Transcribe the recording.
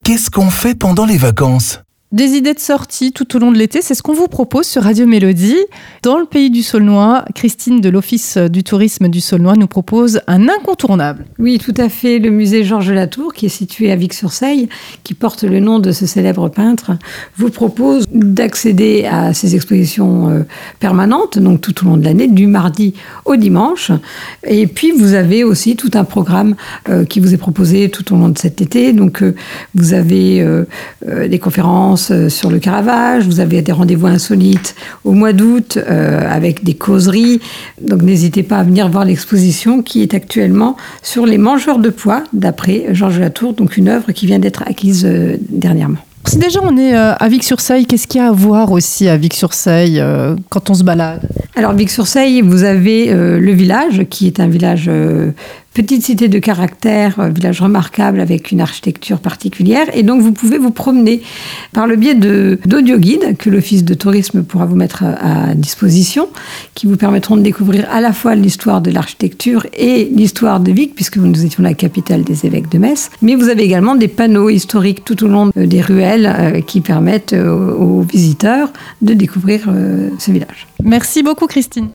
Qu'est-ce qu'on fait pendant les vacances ? Des idées de sortie tout au long de l'été, c'est ce qu'on vous propose sur Radio Mélodie. Dans le pays du Saulnois, Christine de l'Office du tourisme du Saulnois nous propose un incontournable. Oui, tout à fait. Le musée Georges Latour, qui est situé à Vic-sur-Seille, qui porte le nom de ce célèbre peintre, vous propose d'accéder à ces expositions permanentes, donc tout au long de l'année, du mardi au dimanche. Et puis, vous avez aussi tout un programme qui vous est proposé tout au long de cet été. Donc, vous avez des conférences sur le Caravage, vous avez des rendez-vous insolites au mois d'août avec des causeries. Donc n'hésitez pas à venir voir l'exposition qui est actuellement sur les mangeurs de pois, d'après Georges Latour, donc une œuvre qui vient d'être acquise dernièrement. Si déjà on est à Vic-sur-Seille, qu'est-ce qu'il y a à voir aussi à Vic-sur-Seille quand on se balade ? Alors Vic-sur-Seille, vous avez le village, qui est un village petite cité de caractère, village remarquable avec une architecture particulière. Et donc vous pouvez vous promener par le biais d'audioguides que l'Office de tourisme pourra vous mettre à disposition, qui vous permettront de découvrir à la fois l'histoire de l'architecture et l'histoire de Vic, puisque nous étions la capitale des évêques de Metz. Mais vous avez également des panneaux historiques tout au long des ruelles qui permettent aux visiteurs de découvrir ce village. Merci beaucoup Christine.